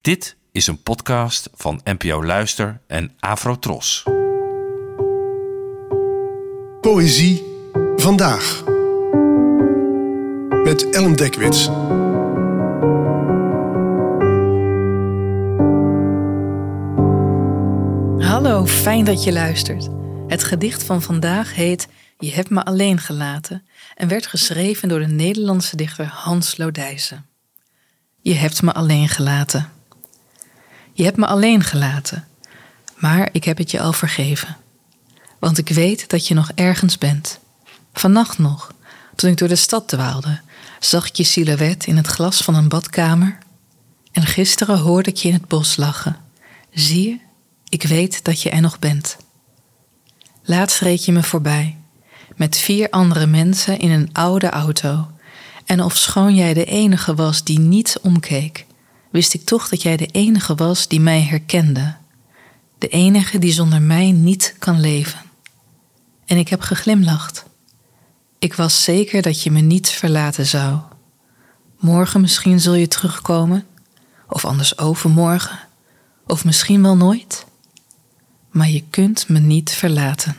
Dit is een podcast van NPO Luister en Afrotros. Poëzie vandaag. Met Ellen Dekwits. Hallo, fijn dat je luistert. Het gedicht van vandaag heet Je hebt me alleen gelaten en werd geschreven door de Nederlandse dichter Hans Lodijsen. Je hebt me alleen gelaten. Je hebt me alleen gelaten, maar ik heb het je al vergeven. Want ik weet dat je nog ergens bent. Vannacht nog, toen ik door de stad dwaalde, zag ik je silhouet in het glas van een badkamer. En gisteren hoorde ik je in het bos lachen. Zie je, ik weet dat je er nog bent. Laatst reed je me voorbij, met 4 andere mensen in een oude auto. En ofschoon jij de enige was die niet omkeek, wist ik toch dat jij de enige was die mij herkende. De enige die zonder mij niet kan leven. En ik heb geglimlacht. Ik was zeker dat je me niet verlaten zou. Morgen misschien zul je terugkomen, of anders overmorgen, of misschien wel nooit. Maar je kunt me niet verlaten.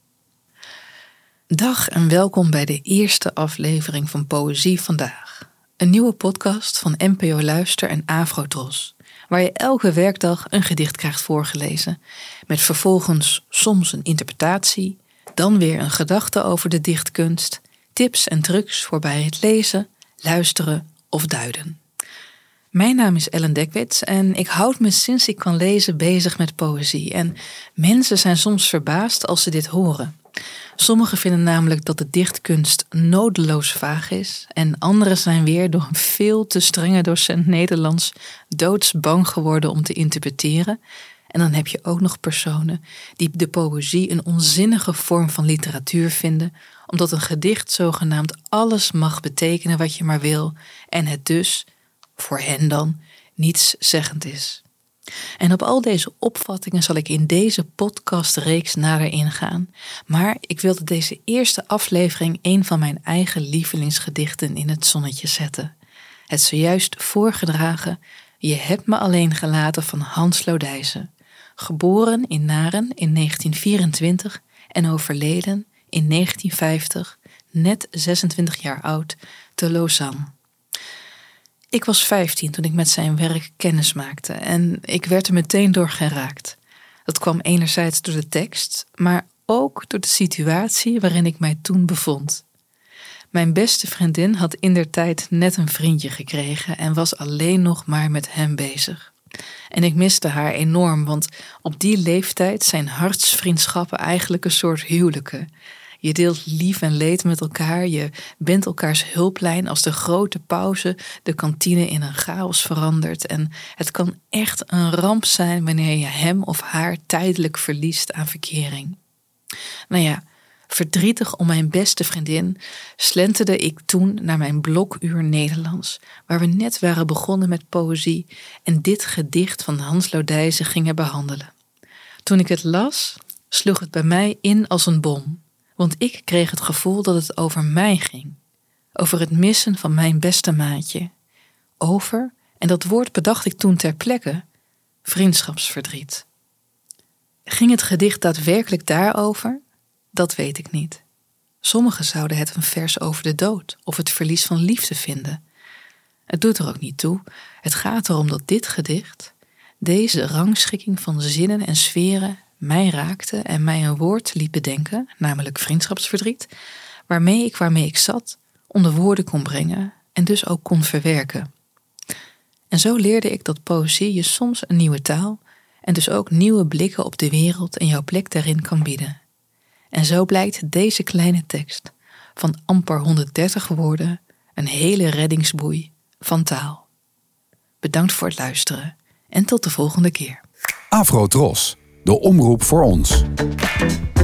Dag en welkom bij de eerste aflevering van Poëzie Vandaag. Een nieuwe podcast van NPO Luister en Afrotros, waar je elke werkdag een gedicht krijgt voorgelezen, met vervolgens soms een interpretatie, dan weer een gedachte over de dichtkunst, tips en trucs voor bij het lezen, luisteren of duiden. Mijn naam is Ellen Dekwits en ik houd me sinds ik kan lezen bezig met poëzie. En mensen zijn soms verbaasd als ze dit horen. Sommigen vinden namelijk dat de dichtkunst nodeloos vaag is en anderen zijn weer door een veel te strenge docent Nederlands doodsbang geworden om te interpreteren. En dan heb je ook nog personen die de poëzie een onzinnige vorm van literatuur vinden, omdat een gedicht zogenaamd alles mag betekenen wat je maar wil en het dus, voor hen dan, nietszeggend is. En op al deze opvattingen zal ik in deze podcastreeks nader ingaan. Maar ik wilde deze eerste aflevering een van mijn eigen lievelingsgedichten in het zonnetje zetten. Het zojuist voorgedragen Je hebt me alleen gelaten van Hans Lodijsen. Geboren in Naren in 1924 en overleden in 1950, net 26 jaar oud, te Lausanne. Ik was 15 toen ik met zijn werk kennis maakte en ik werd er meteen door geraakt. Dat kwam enerzijds door de tekst, maar ook door de situatie waarin ik mij toen bevond. Mijn beste vriendin had indertijd net een vriendje gekregen en was alleen nog maar met hem bezig. En ik miste haar enorm, want op die leeftijd zijn hartsvriendschappen eigenlijk een soort huwelijken. Je deelt lief en leed met elkaar, je bent elkaars hulplijn als de grote pauze de kantine in een chaos verandert. En het kan echt een ramp zijn wanneer je hem of haar tijdelijk verliest aan verkering. Nou ja, verdrietig om mijn beste vriendin slenterde ik toen naar mijn blokuur Nederlands, waar we net waren begonnen met poëzie en dit gedicht van Hans Lodijsen gingen behandelen. Toen ik het las, sloeg het bij mij in als een bom. Want ik kreeg het gevoel dat het over mij ging. Over het missen van mijn beste maatje. Over, en dat woord bedacht ik toen ter plekke, vriendschapsverdriet. Ging het gedicht daadwerkelijk daarover? Dat weet ik niet. Sommigen zouden het een vers over de dood of het verlies van liefde vinden. Het doet er ook niet toe. Het gaat erom dat dit gedicht, deze rangschikking van zinnen en sferen, mij raakte en mij een woord liet bedenken, namelijk vriendschapsverdriet, waarmee ik zat, onder woorden kon brengen en dus ook kon verwerken. En zo leerde ik dat poëzie je soms een nieuwe taal en dus ook nieuwe blikken op de wereld en jouw plek daarin kan bieden. En zo blijkt deze kleine tekst van amper 130 woorden een hele reddingsboei van taal. Bedankt voor het luisteren en tot de volgende keer. Afrotros, de omroep voor ons.